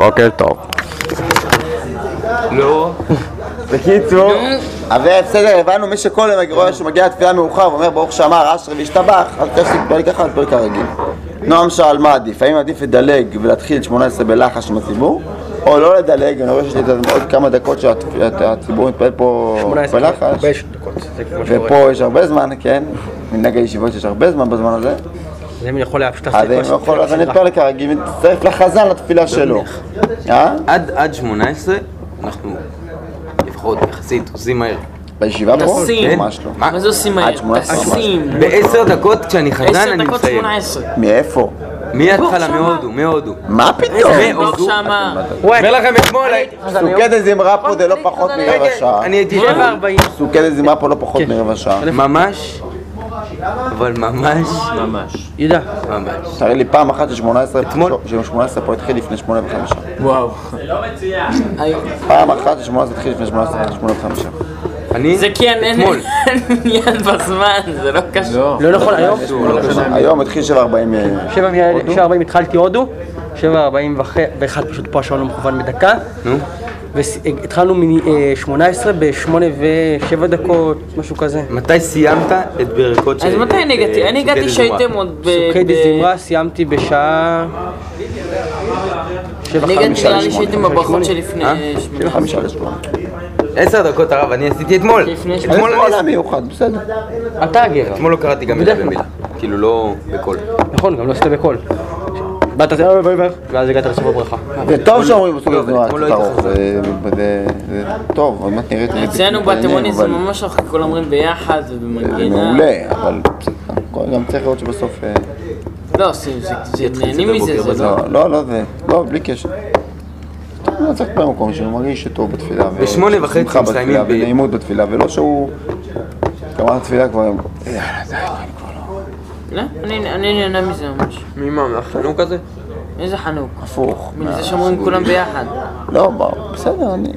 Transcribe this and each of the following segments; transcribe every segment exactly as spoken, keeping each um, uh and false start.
בוקר טוב. לא. בקיצור, אבל בסדר, הבנו מי שכל רואה שהוא מגיע לתפילה מאוחר ואומר ברוך שאמר אשרי והשתבח, אז תעשי פרק אחד, פרק הרגיל. נועם שאל מה עדיף, האם עדיף לדלג ולהתחיל את שמונה עשרה בלחש עם הציבור, או לא לדלג, אני רואה שיש לי עוד כמה דקות שהציבור מתפעל פה בלחש, ופה יש הרבה זמן, כן, מנהג הישיבות יש הרבה זמן בזמן הזה. אז אם יכול להפשט את אז אם יכול, אז אני אתפעל כרגיל, מצטרף לחזן לתפילה שלו. עד שמונה עשרה אנחנו לפחות יחסית עושים מהר. בישיבה פה? עושים. ממש לא. מה זה עושים מהר? עושים. בעשר דקות כשאני חזן אני עשר דקות מסיים. שמונה עשרה. מאיפה? מההתחלה, מהודו, מהודו. מה פתאום? ברוך שמה. אומר לכם אתמול, סוכת זמרה פה זה לא פחות מרבע שעה. אני הייתי שבע ארבעים. סוכת זמרה פה לא פחות מרבע שעה. ממש, אבל ממש, ממש. ידע. ממש. תראי לי פעם אחת ש-שמונה עשרה פה התחיל לפני שמונה וחמישה. וואו. פעם אחת ש-שמונה עשרה התחיל לפני שמונה וחמישה. אני זה כי אין עניין בזמן, זה לא קשור. לא נכון, היום? היום התחיל שבע ארבעים. שבע ארבעים התחלתי הודו, שבע ארבעים ואחת פשוט פה השעון המכוון בדקה. נו? והתחלנו מ-שמונה עשרה ב-שמונה ושבע דקות, משהו כזה. מתי סיימת את ברכות של... אז מתי אני הגעתי? אני הגעתי שהייתם עוד ב... סוכי דזמרה סיימתי בשעה... אני הגעתי נראה לי שהייתם בברכות שלפני... שבע חמישה לשמונה. עשר דקות הרב, אני עשיתי אתמול. לפני ש... אתמול היה מיוחד, בסדר. אתה הגר. אתמול לא קראתי גם מילה במילה. כאילו לא בקול. נכון, גם לא עשית בקול. באת זה... ואז הגעת לסוף הברכה. זה טוב שאומרים בסוג הזנועה, זה ארוך, זה טוב, עוד מעט נראית לי אצלנו בתימונית זה ממש ארוך, כולם אומרים ביחד ובמנגינה. מעולה, אבל גם צריך לראות שבסוף... לא, זה נהנים מזה, זה לא... לא, לא, זה... לא, בלי קשר. אני צריך במקום שהוא מרגיש טוב בתפילה. בשמונה וחצי מסיימים ב... ונעימות בתפילה, ולא שהוא... כמובן התפילה כבר... יאללה, די, כבר לא. לא, אני נהנה מזה ממש. ממה, מהחנוק הזה? איזה חנוק? הפוך. מזה שאומרים כולם ביחד. לא, בסדר, אני...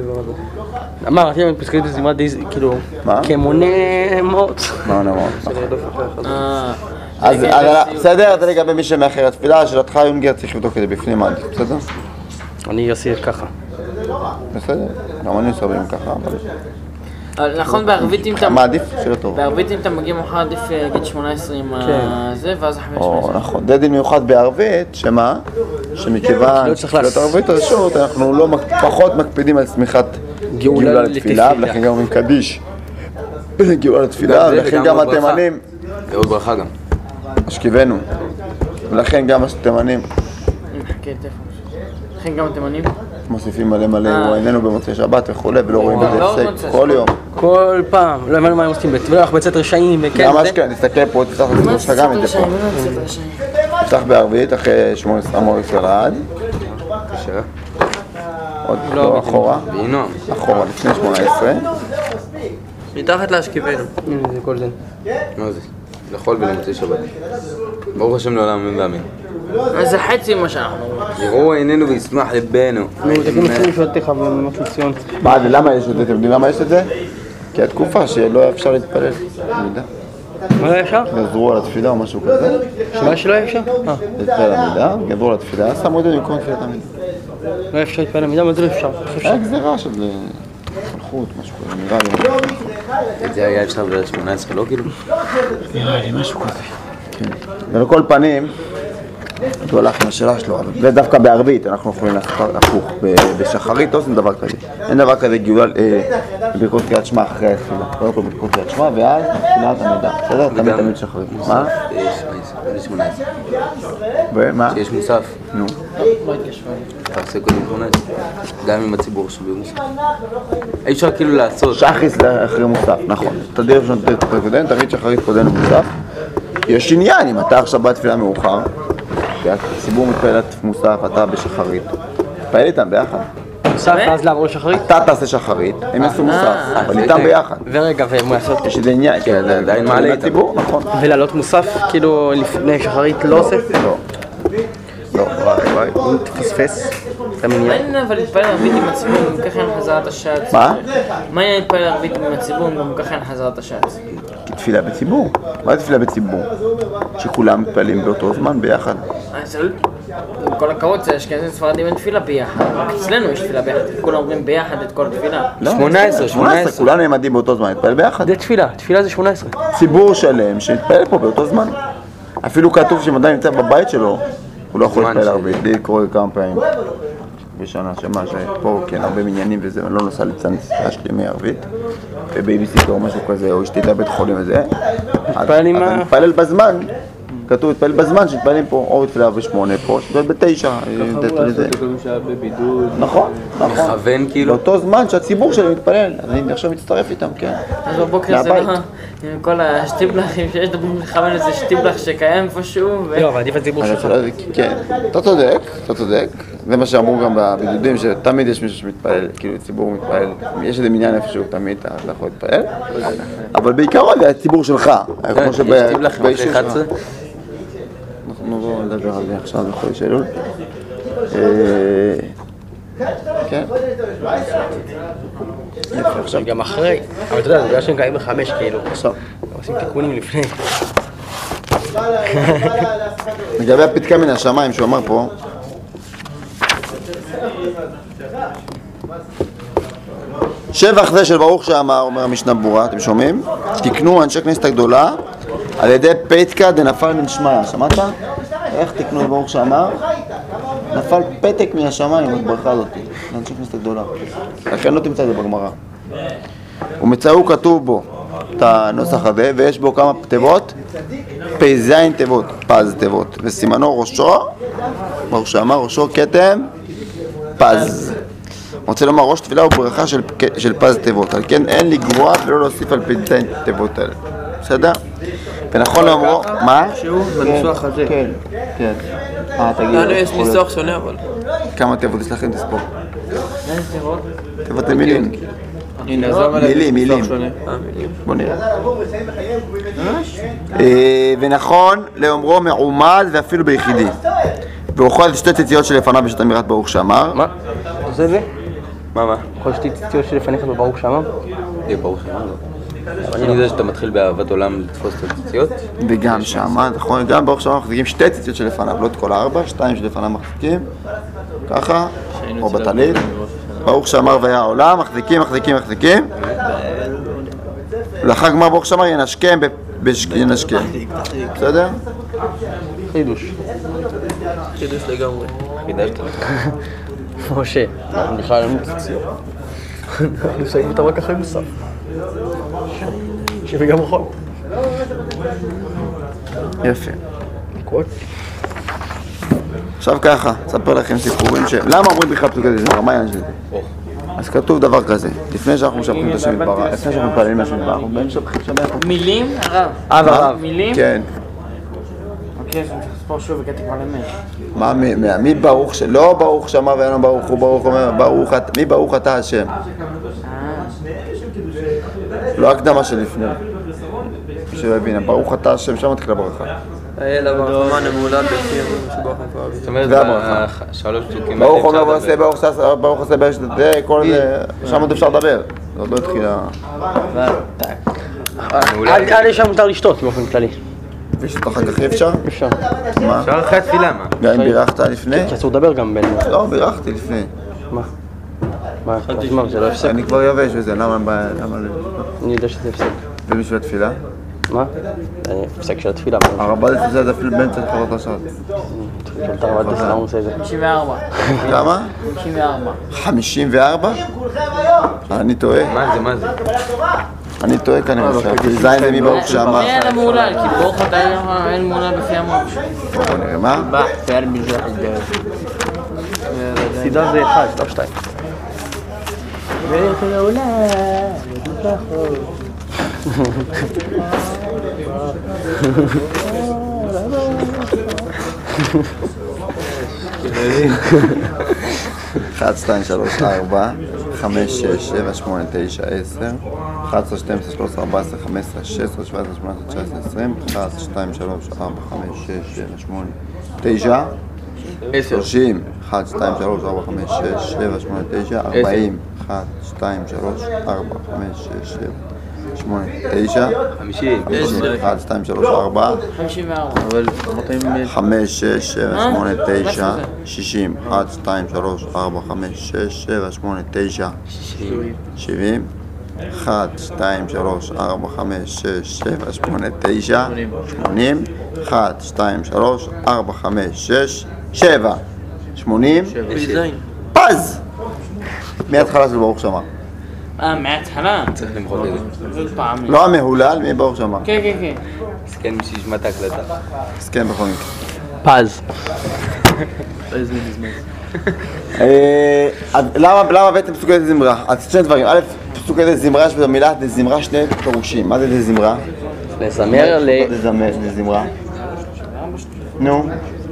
אמר, תראה, פסקי דזמרה די, כאילו... מה? כמונה מות. מה נאמר? אה... אז בסדר, זה לגבי מי שמאחר התפילה, שאלתך יונגר צריך לבדוק את זה בפנים עד, בסדר? אני אעשה ככה. בסדר, גם אני עושה בהם ככה, אבל... נכון, בערבית אם אתה... מה עדיף? שאלה טוב. בערבית אם אתה מגיע מאוחר עדיף להגיד שמונה עשרה עם זה, ואז חמש או, עשרה. נכון. דדין מיוחד בערבית, שמה? שמכיוון שתפילת ערבית הרשות, אנחנו לא פחות מקפידים על סמיכת גאולה לתפילה, ולכן גם אומרים קדיש גאולה לתפילה, ולכן גם התימנים... זה עוד ברכה גם. השכיבנו. ולכן גם התימנים... אני מחכה טלפון. לכן גם התימנים? מוסיפים מלא מלא, הוא איננו במוצאי שבת וכו' ולא רואים בזה הפסק כל יום. כל פעם, לא הבנו מה הם עושים בטבלה, אנחנו בצאת רשעים וכן. גם אשכרה, תסתכל פה, תפתח לציבור שלך גם את זה פה. תפתח בערבית אחרי שמונה עשרה מוריס ירד. קשה. עוד לא, אחורה. והנה. אחורה, לפני שמונה עשרה. מתחת להשכיבנו. זה כל זה. מה זה? לחול ולמוצאי שבת. ברוך השם לעולם אמן ואמן. זה חצי מה שאנחנו אומרים. יראו עינינו וישמח לבנו. נו, תגיד נתחיל לשאולתך בממות לציון. מה, למה יש את זה? אתם יודעים למה יש את זה? כי התקופה שלא היה אפשר להתפלל. אני יודע. מה לא היה אפשר? גזרו על התפילה או משהו כזה. שמה שלא היה אפשר? אה. להתפלל עמידה, גזרו על התפילה, שמו את זה במקום תפילת עמידה. לא היה אפשר להתפלל עמידה, מה זה לא אפשר? היה גזירה של חלכות, משהו כזה, נראה לי. את זה היה אפשר בלת שמונה עשרה, לא כאילו? נראה לי משהו כזה. כן. ולכל פנים, הוא הלך עם השאלה שלו, זה דווקא בערבית, אנחנו יכולים להפוך, בשחרית לא עושים דבר כזה. אין דבר כזה גאולה בברכות קריאת שמע אחרי התפילה. קודם כל בברכות קריאת שמע ואז תפילת עמידה. בסדר? תמיד תמיד שחרית. מה? יש שמונה עשרה. ומה? שיש מוסף. נו. אתה עושה קודם שמונה עשרה. גם עם הציבור שבי מוסף. אי אפשר כאילו לעשות. שחיס אחרי מוסף, נכון. תדיר ראשון תדיר תדיר קודם, תגיד שחרית קודם למוסף. יש עניין, אם אתה עכשיו בתפילה מאוחר, הציבור מתפעל את מוסף, אתה בשחרית. תפעל איתם ביחד. מוסף, ואז לעבור לשחרית? אתה תעשה שחרית, הם יעשו מוסף, אבל איתם ביחד. ורגע, והם יעשו... יש איזה עניין, כי זה עדיין מעלה איתם. נכון. ולעלות מוסף, כאילו לפני שחרית לא אוסף? לא. לא, וואי וואי. אם תפספס, אתה מניע. מה העניין אבל להתפלל ערבית עם הציבור, גם ככה אין חזרת השעץ? מה? מה העניין להתפלל ערבית עם הציבור, גם ככה אין חזרת השעץ? כי תפילה בציבור. מה זה תפילה בציבור? שכולם מתפעלים באותו זמן ביחד. אה, זה לא... עם כל הכבוד, זה אשכנזים ספרדים אין תפילה ביחד, רק אצלנו יש תפילה ביחד, כולם אומרים ביחד את כל התפילה. שמונה עשרה, שמונה עשרה. כולנו נעמדים באותו זמן, נתפלל ביחד. זה תפילה, תפילה זה שמונה עשרה. ציבור שלם שמתפלל פה באותו זמן. אפילו כתוב שאם אדם נמצא בבית שלו, הוא לא יכול להתפלל ערבית. לי קורה כמה פעמים בשנה, שמה שפה כן הרבה מניינים וזה, אני לא נוסע לצנס השלימי ערבית, ובייביסיטר או משהו כזה, או אשתי לבית חולים וזה. אז אני מתפלל בזמן. כתוב להתפלל בזמן שמתפללים פה, או תפילה בשמונה פה, שמתפלל בתשע. נכון, נכון. מכוון כאילו? באותו זמן שהציבור שלי מתפלל, אז אני עכשיו מצטרף איתם, כן. אז בבוקר זה לא, עם כל השטיבלחים שיש, דברים לכוון איזה שטיבלח שקיים איפשהו. לא, אבל עדיף הציבור שלך. כן, אתה צודק, אתה צודק. זה מה שאמרו גם בבידודים, שתמיד יש מישהו שמתפלל, כאילו ציבור מתפלל, יש איזה מניין איפשהו, תמיד אתה יכול להתפלל. אבל בעיקר זה הציבור שלך. יש שטיבלחים אחרי אחת עשרה? אנחנו לא נדבר על זה עכשיו בחודש אלול. כן. יפה, עכשיו. גם אחרי, אבל אתה יודע, זה בגלל שהם קיים בחמש כאילו. עכשיו. עושים תיקונים לפני. לגבי הפתקה מן השמיים שהוא אמר פה, שבח זה של ברוך שאמר, אומר המשנה ברורה, אתם שומעים? תקנו אנשי כנסת הגדולה על ידי פתקה דנפל מן שמיא, שמעת? איך תקנו את ברוך שאמר? נפל פתק מן השמיים, את ברכה הזאת, לאנשי כנסת הגדולה. לכן לא תמצא את זה בגמרא. ומצאו כתוב בו את הנוסח הזה, ויש בו כמה תיבות, פ"ז תיבות, פז תיבות, וסימנו ראשו, ברוך שאמר ראשו כתם פז. רוצה לומר ראש תפילה הוא ברכה של, של פז תיבות, על כן אין לגרוע ולא להוסיף על פ"ז תיבות האלה. בסדר? ונכון לאמרו, מה? שהוא בניסוח הזה. כן, כן. אה, תגיד. לנו יש ניסוח שונה אבל. כמה תיבות יש לכם תספור? איזה תיבות? תיבות מילים. הנה, עזוב עליהם. מילים, מילים. אה, מילים. בוא נראה. ונכון לאומרו מעומד ואפילו ביחידי. ואוכל שתי ציציות שלפניו בשעת אמירת ברוך שאמר. מה? אתה עושה את זה? מה, מה? יכול שתי ציציות שלפניך בברוך שאמר? תהיה ברוך שאמר, לא. אני יודע שאתה מתחיל באהבת עולם לתפוס את הציציות. וגם שמה, נכון, גם ברוך שאמר מחזיקים שתי ציציות שלפניו, לא את כל הארבע, שתיים שלפניו מחזיקים, ככה, או בטלית. ברוך שאמר והיה העולם, מחזיקים, מחזיקים, מחזיקים. לאחר גמר ברוך שאמר ינשכם ינשכם. בסדר? חידוש. חידוש לגמרי. חידשת. משה, אני בכלל אין ציציות. אנחנו שמים אותם רק אחרי מוסף. שגם רחוק. יפה. לקרות? עכשיו ככה, אספר לכם סיפורים ש... למה אומרים בכלל פסוק הזה? זה מה העניין של זה? אז כתוב דבר כזה, לפני שאנחנו משבחים את השם יתברך, לפני שאנחנו מתפללים לשם יתברך, אנחנו באים משבחים שם יחד. מילים? הרב. אב הרב. מילים? כן. אוקיי, אז אני צריך לספור שוב הגעתי כבר למאה. מה, מי, מי, מי ברוך ש... לא ברוך שאמר ואין לו ברוך הוא ברוך אומר, ברוך אתה, מי ברוך אתה השם? לא הקדמה שלפני. מי שלא הבינה, ברוך אתה השם, שם מתחילה ברכה. האל הרחמן המולד לפי אמרו משובח נפאר. זאת אומרת, והברכה. בשלוש פסוקים ברוך אומר ועשה, ברוך שעשה, ברוך עשה ברשת, זה, כל זה, שם עוד אפשר לדבר. זה עוד לא התחילה. עד לשם מותר לשתות באופן כללי. ושאתה אחר כך אי אפשר? אפשר. מה? אפשר אחרי התפילה, מה? גם אם בירכת לפני? כי אסור לדבר גם בין... לא, בירכתי לפני. מה? מה? מה? זה לא הפסק? אני כבר יבש וזה, למה למה לא? אני יודע שזה הפסק. ובשביל התפילה? מה? אני הפסק של התפילה. הרב"ד עושה את זה אפילו באמצע חברות השעות. שאלת הרב"ד למה הוא עושה את זה? חמישים וארבע. כמה? חמישים וארבע. חמישים וארבע? אני טועה. מה זה, מה זה? אני טועה כנראה. זין זה מי ברוך שאמר. זה על המעולל, כי ברוך אתה אין מעולל בפי המון. בוא נראה מה? בא, פעל מזרח הדרך. סידה זה אחד, סתם שתיים. אחת, שתיים, שלוש, ארבע, חמש, שש, שבע, שמונה, תשע, עשר, אחת עשרה, שתים עשרה, שלוש עשרה, ארבע עשרה, חמש עשרה, שש עשרה, שבע עשרה, שמונה עשרה, תשע עשרה, עשרים, אחת, שתיים, שלוש, ארבע, חמש, שש, שבע, שמונה, תשע, שלושים, אחת, שתיים, שלוש, ארבע, חמש, שש, שבע, שמונה, תשע, ארבעים, אחת, שתיים, שלוש, ארבע, חמש, שש, שבע, שמונה, תשע, חמישים. אחת, שתיים, שלוש, ארבע, חמישים וארבע. אבל אמרתם חמש, שש, שבע, שמונה, תשע, איפה זה? שישים, אחת, שתיים, שלוש, ארבע, חמש, שש, שבע, שמונה, תשע, שבעים, אחת, שתיים, שלוש, ארבע, חמש, שש, שבע, שמונה, תשע, שמונים, אחת, שתיים, שלוש, ארבע, חמש, שש, שבע, שמונים, פז! מההתחלה של ברוך שמע. אה, מההתחלה? צריך למחוק את זה. עוד פעם. לא המהולל, מברוך שמע. כן, כן, כן. מסכן מי שישמע את ההקלטה. הסכם בכל מקרה. פז. איזה מזמן. אה, אז למה למה בעצם פסוקי דזמרה? אז שני דברים. א', פסוקי דזמרה יש במילה דזמרה שני פירושים. מה זה דזמרה? לזמר ל... דזמרה. נו,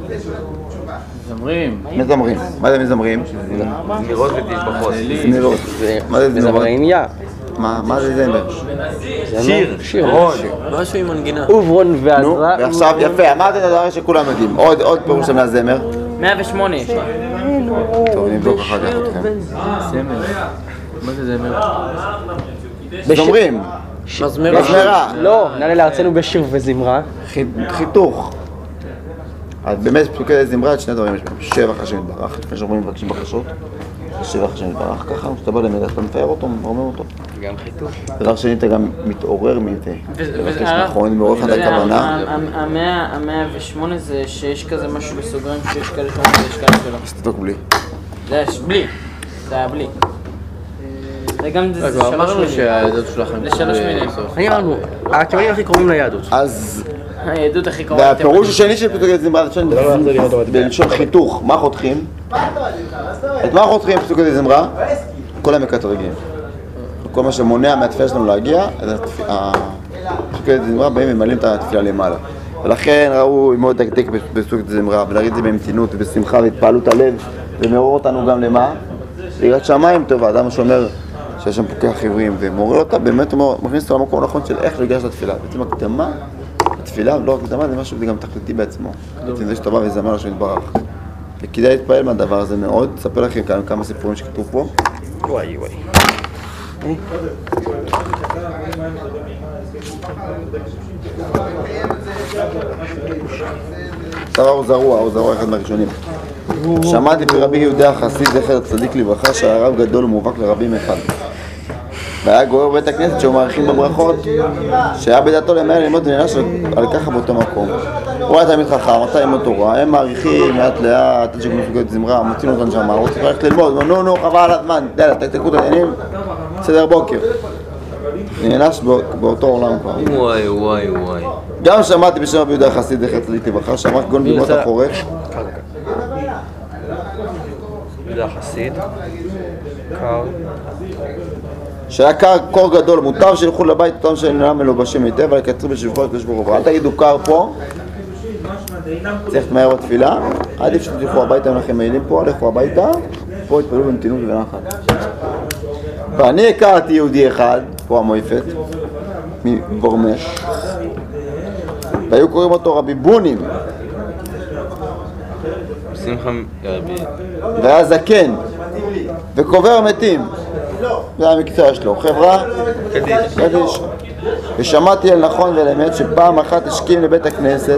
זמרים. מזמרים. מה זה מזמרים? זמירות ותשבחות. זמירות. מה זה זמירות? מזמרים יא. מה מה זה זמר? שיר. שיר. משהו עם מנגינה. עוברון נו, ועזרה. ועכשיו יפה, אמרת את הדבר שכולם יודעים. עוד עוד פירוש מהזמר. מאה ושמונה יש לה. טוב, נבדוק אחר כך אתכם. סמל. מה זה זמר? זמרים. מזמרה. מזמרה. לא, נעלה לארצנו בשיר וזמרה. חיתוך. אז באמת פסוקי דזמרה, שני דברים יש בהם. שבח השם יתברך, לפני שאנחנו מבקשים בקשות. שבח השם יתברך, ככה כשאתה בא למלך, אתה מפאר אותו, מרומם אותו. גם חיתוך. דבר שני, אתה גם מתעורר מזה. מבקש והרב- נכון, מעורר לך את הכוונה. וה- המאה המאה ושמונה זה שיש כזה משהו בסוגריים שיש כאלה שאומרים ויש כאלה שלא. אז תבדוק בלי. זה יש בלי. זה היה בלי. זה גם זה כבר שלוש אמרנו מילים. שהעדות שלכם... זה שלוש מילים. אני אמרנו, התימנים הכי קרובים ליהדות. אז, העדות הכי קרובה. והפירוש השני של פסוקי דזמרה, זה בלשון חיתוך. מה חותכים? את מה חותכים פסוקי דזמרה? כל המקטרגים. כל מה שמונע מהתפילה שלנו להגיע, אז הפסוקי דזמרה באים וממלאים את התפילה למעלה. ולכן ראו מאוד לדקדק בפסוקי דזמרה ולהגיד את זה במתינות ובשמחה והתפעלות הלב ומעורר אותנו גם למה? ליראת שמיים טובה, אדם שאומר שיש שם פוקח עיוורים ומעורר אותה, באמת הוא מכניס אותו למקום הנכון של איך להיגש לתפילה. בעצם הקדמה, התפילה לא רק הקדמה, זה משהו, זה גם תכליתי בעצמו. בעצם זה שאתה בא וזמר לשם יתברך. וכדאי להתפעל מהדבר הזה מאוד, אספר לכם כאן כמה סיפורים שכתוב פה. וואי וואי. שר האור זרוע, האור זרוע אחד מהראשונים. שמעתי ברבי יהודה החסיד זכר צדיק לברכה שהיה רב גדול ומובהק לרבים אחד. והיה גורר בבית הכנסת שהוא מעריכים בברכות שהיה בדעתו למהר ללמוד ונענש על ככה באותו מקום. הוא היה תלמיד חכם, רצה ללמוד תורה, הם מעריכים לאט לאט, עד שגם מפגות זמרה, מוצאים אותם שם, הוא צריך ללכת ללמוד, נו נו חבל על הזמן, יאללה תקתקו את העניינים, סדר בוקר. נענש באותו עולם כבר. וואי וואי וואי. גם שמעתי בשם רבי יהודה החסיד זכר צדיק לברכה שאמר כגון בימות החורף זה החסיד. קר. שהיה קר קור גדול, מוטב שילכו לבית אותם שאינם מלובשים היטב, אבל יקצרו בשבחו את הקדוש ברוך הוא. אל תגידו קר פה, צריך מהר בתפילה, עדיף שתלכו הביתה אם לכם מעילים פה, לכו הביתה, פה התפללו במתינות ובנחת. ואני הכרתי יהודי אחד, פה המויפת, מבורמש, והיו קוראים אותו רבי בונים, שמחה רבי. והיה זקן, וקובר מתים. זה המקצוע שלו, חברה, קדיש. קדיש. ושמעתי על נכון ועל אמת שפעם אחת השכים לבית הכנסת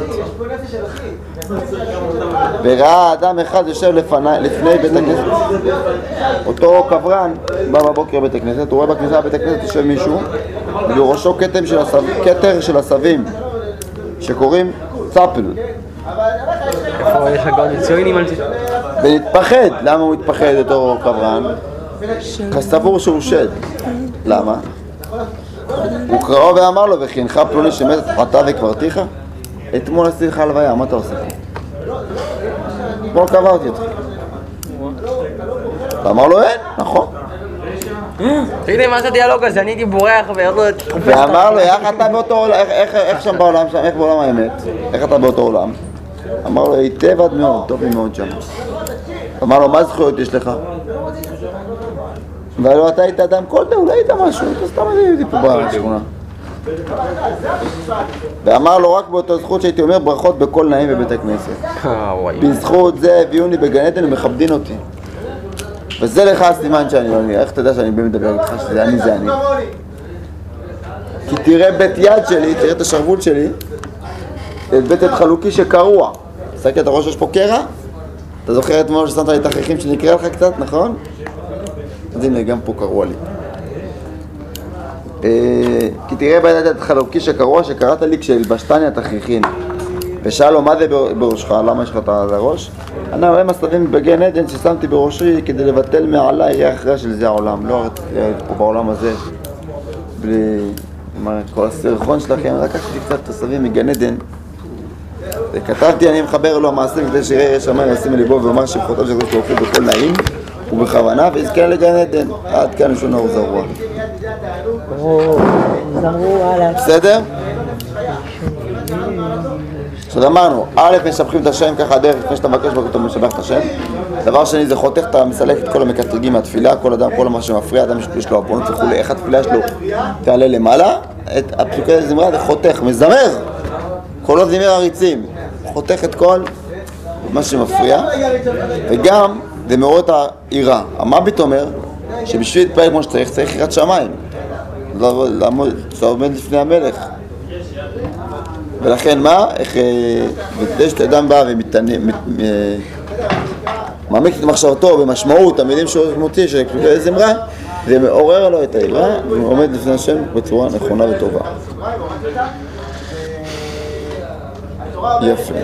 וראה אדם אחד יושב לפני, לפני בית הכנסת. אותו קברן בא בבוקר לבית הכנסת, הוא רואה בכניסה לבית הכנסת יושב מישהו ובראשו כתר של, הסב... כתר של הסבים שקוראים צפל. איפה יש הגאון ציונים על זה? ונתפחד. למה הוא התפחד אותו קברן? כסבור שהוא שד. למה? הוא קראו ואמר לו, וכינך פלוני שמת אתה וקברתיך? אתמול עשיתי לך הלוויה, מה אתה עושה? אתמול קברתי אותך. ואמר לו, אין, נכון. תגיד לי, מה זה הדיאלוג הזה? אני הייתי בורח ועוד לא תחופש את ואמר לו, איך אתה באותו עולם, איך שם בעולם, איך בעולם האמת? איך אתה באותו עולם? אמר לו, היטב עד מאוד, טוב לי מאוד שם. אמר לו, מה זכויות יש לך? ואלו אתה היית אדם כלשהו, אולי היית משהו, אתה סתם הייתי פה בשכונה. ואמר לו, רק באותה זכות שהייתי אומר ברכות בכל נעים בבית הכנסת. בזכות זה הביאוני בגן עדן ומכבדין אותי. וזה לך הסימן שאני לא אני, איך אתה יודע שאני באמת מדבר איתך שזה אני זה אני? כי תראה בית יד שלי, תראה את השרוול שלי, את בית יד חלוקי שקרוע. עסקי, אתה רואה שיש פה קרע? אתה זוכר את מה ששמת לי תכריכים שנקרא לך קצת, נכון? אז הנה, גם פה קרוע לי. כי תראה בית יד חלוקי שקרוע שקראת לי כשהלבשתני התכריכים. ושאל לו, מה זה בראשך? למה יש לך את הראש? אני רואה מסתרים בגן עדן ששמתי בראשי כדי לבטל מעליי ריח רע של זה העולם. לא פה בעולם הזה, בלי כל הסרחון שלכם, רק לקחתי קצת תוספים מגן עדן. וכתבתי, אני מחבר לו המעשים כדי שיראה שמיים ישים לליבו ואומר שבחותיו של הקדוש ברוך הוא בכל נעים ובכוונה ויזכה לגן עדן. עד כאן לשון האור זרוע. בסדר? עכשיו אמרנו, א', משבחים את השם ככה דרך לפני שאתה מבקש ואתה משבח את השם. דבר שני, זה חותך, אתה מסלק את כל המקטרגים מהתפילה, כל אדם, כל מה שמפריע, אדם שיש לו עוונות וכו', איך התפילה שלו תעלה למעלה, את הפסוקי הזמרה זה חותך, מזמר, קולות זמר עריצים, חותך את כל מה שמפריע, וגם זה מעורר את העירה. המביט אומר שבשביל להתפלל כמו שצריך, צריך יראת שמיים, זה עומד לפני המלך. ולכן מה? איך... וכדי שאדם בא ומעמיק את מחשבתו במשמעות, המילים שהוא מוציא של פסוקי זמרה, זה מעורר לו את העירה, והוא עומד לפני השם בצורה נכונה וטובה. יפה.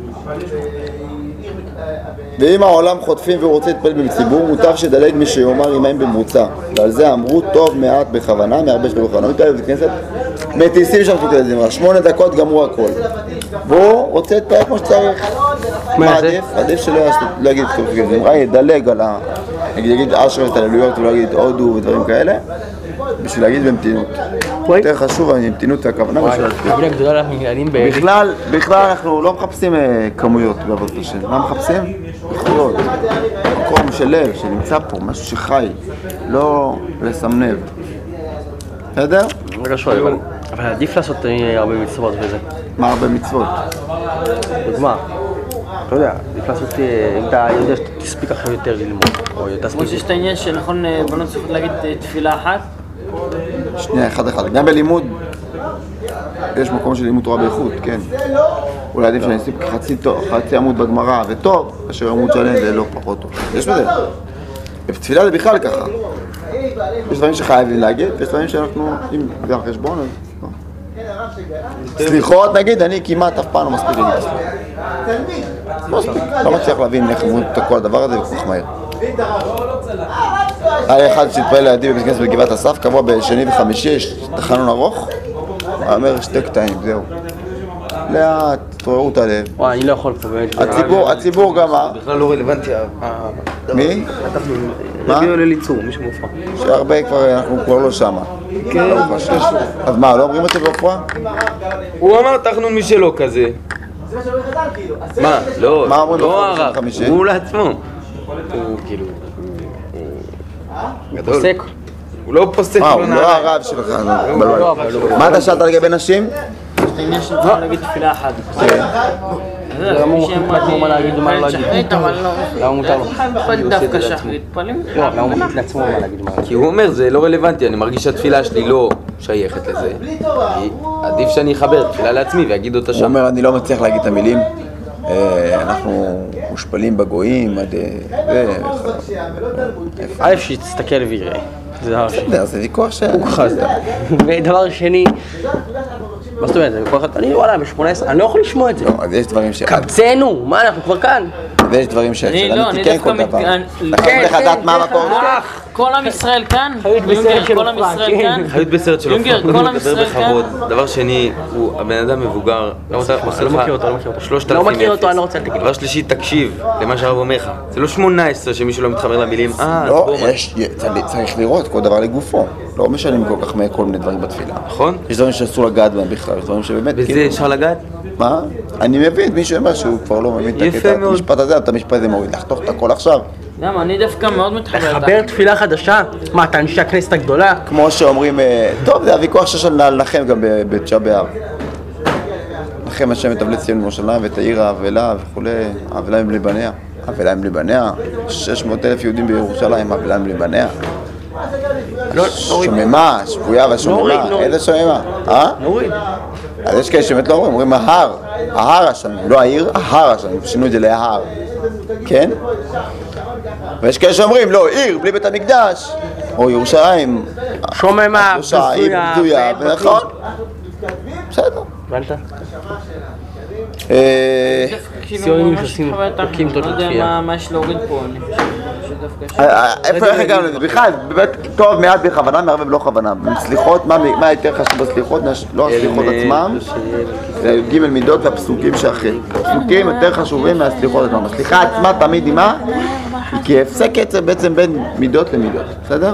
ואם העולם חוטפים והוא רוצה להתפלל בציבור, מוטב שדלג מי שיאמר ימיים במרוצה. ועל זה אמרו טוב מעט בכוונה, מהרבה שלא בכוונה. מתפלל בבית כנסת, מטיסים שם פסוקי זמרה, שמונה דקות גמרו הכל. והוא רוצה להתפלל כמו שצריך. מה עדיף? עדיף שלא יגיד פסוקי זמרה, ידלג על ה... יגיד עשרת הללויות ולא יגיד הודו ודברים כאלה, בשביל להגיד במתינות. יותר חשוב, המתינות והכוונה בשביל להגיד. בכלל, בכלל אנחנו לא מחפשים כמויות בעבודת השם. מה מחפשים? איכויות. מקום של לב, שנמצא פה, משהו שחי, לא לסמנב. בסדר? רגע שואל, אבל עדיף לעשות הרבה מצוות וזה. מה הרבה מצוות? דוגמה. לא יודע, עדיף לעשות, אם אתה יודע שתספיק אחרי יותר ללמוד, או יותר ספיק. כמו שיש את העניין שנכון בנות צריכות להגיד תפילה אחת? שנייה, אחד אחד. גם בלימוד, יש מקום של לימוד תורה באיכות, כן. אולי עדיף שאני אספיק חצי עמוד בגמרא, וטוב, כאשר עמוד שלם זה לא פחות טוב. יש בזה. בתפילה זה בכלל ככה. יש דברים שחייבים להגיד, ויש דברים שאנחנו, אם זה על חשבון, אז לא. סליחות, נגיד, אני כמעט אף פעם לא מספיק להגיד סליחות. לא מספיק, לא מצליח להבין איך אומרים את כל הדבר הזה וכל כך מהר. היה אחד שהתפעל לידי בבית כנסת בגבעת אסף, קבוע בשני וחמישי, יש תחנון ארוך, הוא אומר שתי קטעים, זהו. לאט, תעוררו את הלב. וואי, אני לא יכול פה באמת. הציבור, הציבור גם... בכלל לא רלוונטי. מי? מה? רבי עולה ליצור, מי שמופרע. שהרבה כבר, אנחנו כבר לא שמה. כן. אז מה, לא אומרים את זה ברפואה? הוא אמר תחנון משלו כזה. מה? לא, מה אומרים לא ברפואה הרב, בחמישי? הוא לעצמו. הוא כאילו... גדול. פוסק? הוא לא פוסק. מה, הוא לא הרב שלך, מה אתה שאלת לגבי נשים? יש את העניין שצריך להגיד תפילה אחת. למה הוא מחליט לעצמו מה להגיד ומה לא להגיד? למה מותר לו? דווקא שחרית פועלים? למה הוא מחליט לעצמו מה להגיד ומה להגיד? כי הוא אומר זה לא רלוונטי, אני מרגיש שהתפילה שלי לא שייכת לזה. עדיף שאני אחבר תפילה לעצמי ואגיד אותה הוא שם. אומר, אני לא מצליח להגיד את המילים, אנחנו מושפלים בגויים, עד... א' שיתסתכל ויראה. זה דבר שני. זה ויכוח ש... הוא ככה זה. ודבר שני, מה זאת אומרת, זה ויכוח, אני וואלה, ב-שמונה עשרה, אני לא יכול לשמוע את זה. לא, אז יש דברים ש... קבצנו, מה, אנחנו כבר כאן. ויש דברים ש... אני לא, אני דווקא מתגן... לכן צריך לדעת מה המקום. כל עם ישראל כאן? חיות בסרט של כל עם עופרה, ישראל כאן? חיות בסרט שלו, יונגר, כל עם ישראל כאן? דבר שני, הוא הבן אדם מבוגר, לא מכיר אותו, לא מכיר אותו. שלושת לא אלפים מכיר אותו, אפס. אני לא רוצה לתקן. דבר שלישי, תקשיב למה שהרב אומר לך. זה לא שמונה עשרה שמישהו לא מתחבר למילים, אה, לא, אז בוא, יש... צריך לראות כל דבר לגופו. לא משנים כל כך כל מיני דברים בתפילה. נכון? יש דברים שאסור לגעת בהם בכלל, יש דברים שבאמת... וזה אפשר לגעת? מה? אני מבין, מישהו אומר שהוא כבר לא מבין את הקטע, את המשפט הזה, את המשפט הזה מוריד, לחתוך את הכל עכשיו. למה? אני דווקא מאוד מתחבר. לחבר תפילה חדשה? מה, אתה אנשי הכנסת הגדולה? כמו שאומרים, טוב, זה הוויכוח שיש על נחם גם בתשעה באב. נחם השם את אבלי ציון ירושלים ואת העיר האבלה וכולי, האבלה עם לבניה. האבלה עם לבניה, שש מאות אלף יהודים בירושלים, האבלה עם לבניה. שוממה, שבויה ושוממה, איזה שוממה? אה? נוריד. אז יש כאלה שבאמת לא אומרים, אומרים ההר, ההר השמים, לא העיר, ההר השמים, שינו את זה להר, כן? ויש כאלה שאומרים, לא, עיר בלי בית המקדש, או ירושלים, שוממה, הקדושה, עיר בזויה, נכון? בסדר. הבנת? אה, ציונים ממש שעושים חוויית פרקים אחרת. תות לא יודע כפייה. מה- מה יש להוריד פה, אני חושב שדווקא יש... אה, איפה איך הגענו לזה? בכלל, באמת טוב מעט בכוונה, מערבב לא כוונה. סליחות, מה מה יותר חשוב בסליחות? לא הסליחות עצמם, זה ג' מידות והפסוקים שאחרי. הפסוקים יותר חשובים מהסליחות עצמם. הסליחה עצמה תמיד היא מה? היא כהפסק קצב בעצם בין מידות למידות, בסדר?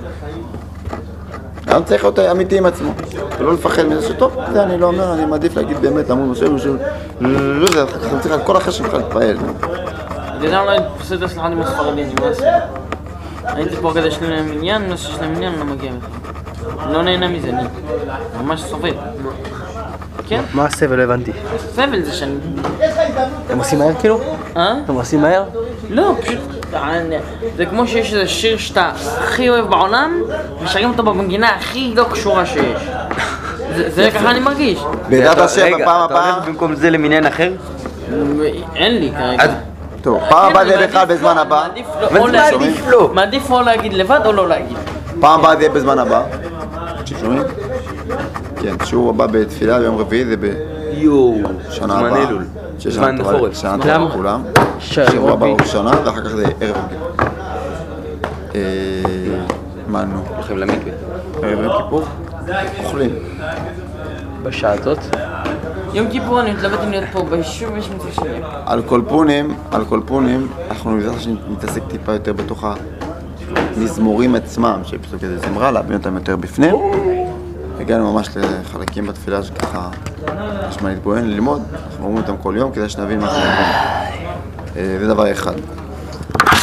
גם צריך להיות אמיתי עם עצמו, ולא לפחד מזה שטוב, זה אני לא אומר, אני מעדיף להגיד באמת, אמרו משה משהו, זה אחר כך, אני צריך כל אחרי שלך להתפעל. אתה יודע, אולי פשוט הסליחה עם הספרדים, מה עושה? הייתי פה כדי שיש להם עניין, מה שיש להם עניין לא מגיע בכלל. לא נהנה מזה, אני ממש סובל. כן? מה הסבל? לא הבנתי. סבל זה שאני... הם עושים מהר כאילו? אה? הם עושים מהר? לא, פשוט... זה כמו שיש איזה שיר שאתה הכי אוהב בעולם, ושרים אותו במנגינה הכי לא קשורה שיש. זה- זה ככה אני מרגיש. בעזרת השם, רגע, בפעם אתה הולך הבאה, במקום זה למניין אחר? אין לי כרגע. טוב, פעם הבאה כן, זה אני בכלל מעדיף בזמן לא, הבא, מעדיף לא, מה או זה להגיד- מעדיף לא? מעדיף או להגיד לבד או לא להגיד. פעם הבאה זה יהיה בזמן הבא. שומעים? כן, שיעור הבא בתפילה ביום רביעי זה יואו, בשנה זמן הבאה. אלול. שיש זמן לנו טובה- חורף. שנה טובה למה? לכולם. שיעור שיעור הבא רביעי. ראש שנה, ואחר כך זה ערב כיפור. אה, מה נו? הולכים למקווה. ערב יום כיפור? אוכלים. בשעה הזאת. יום כיפור אני מתלבט אם להיות פה ביישוב יש מצב שלי. על כל פונים, על כל פונים, אנחנו בעזרת השם נתעסק טיפה יותר בתוך המזמורים עצמם, שפסוק איזה זמרה, להבין אותם יותר בפנים. הגענו ממש לחלקים בתפילה שככה יש מה להתבונן, ללמוד, אנחנו אומרים אותם כל יום כדי שנבין מה אנחנו אומרים. אה, זה דבר אחד.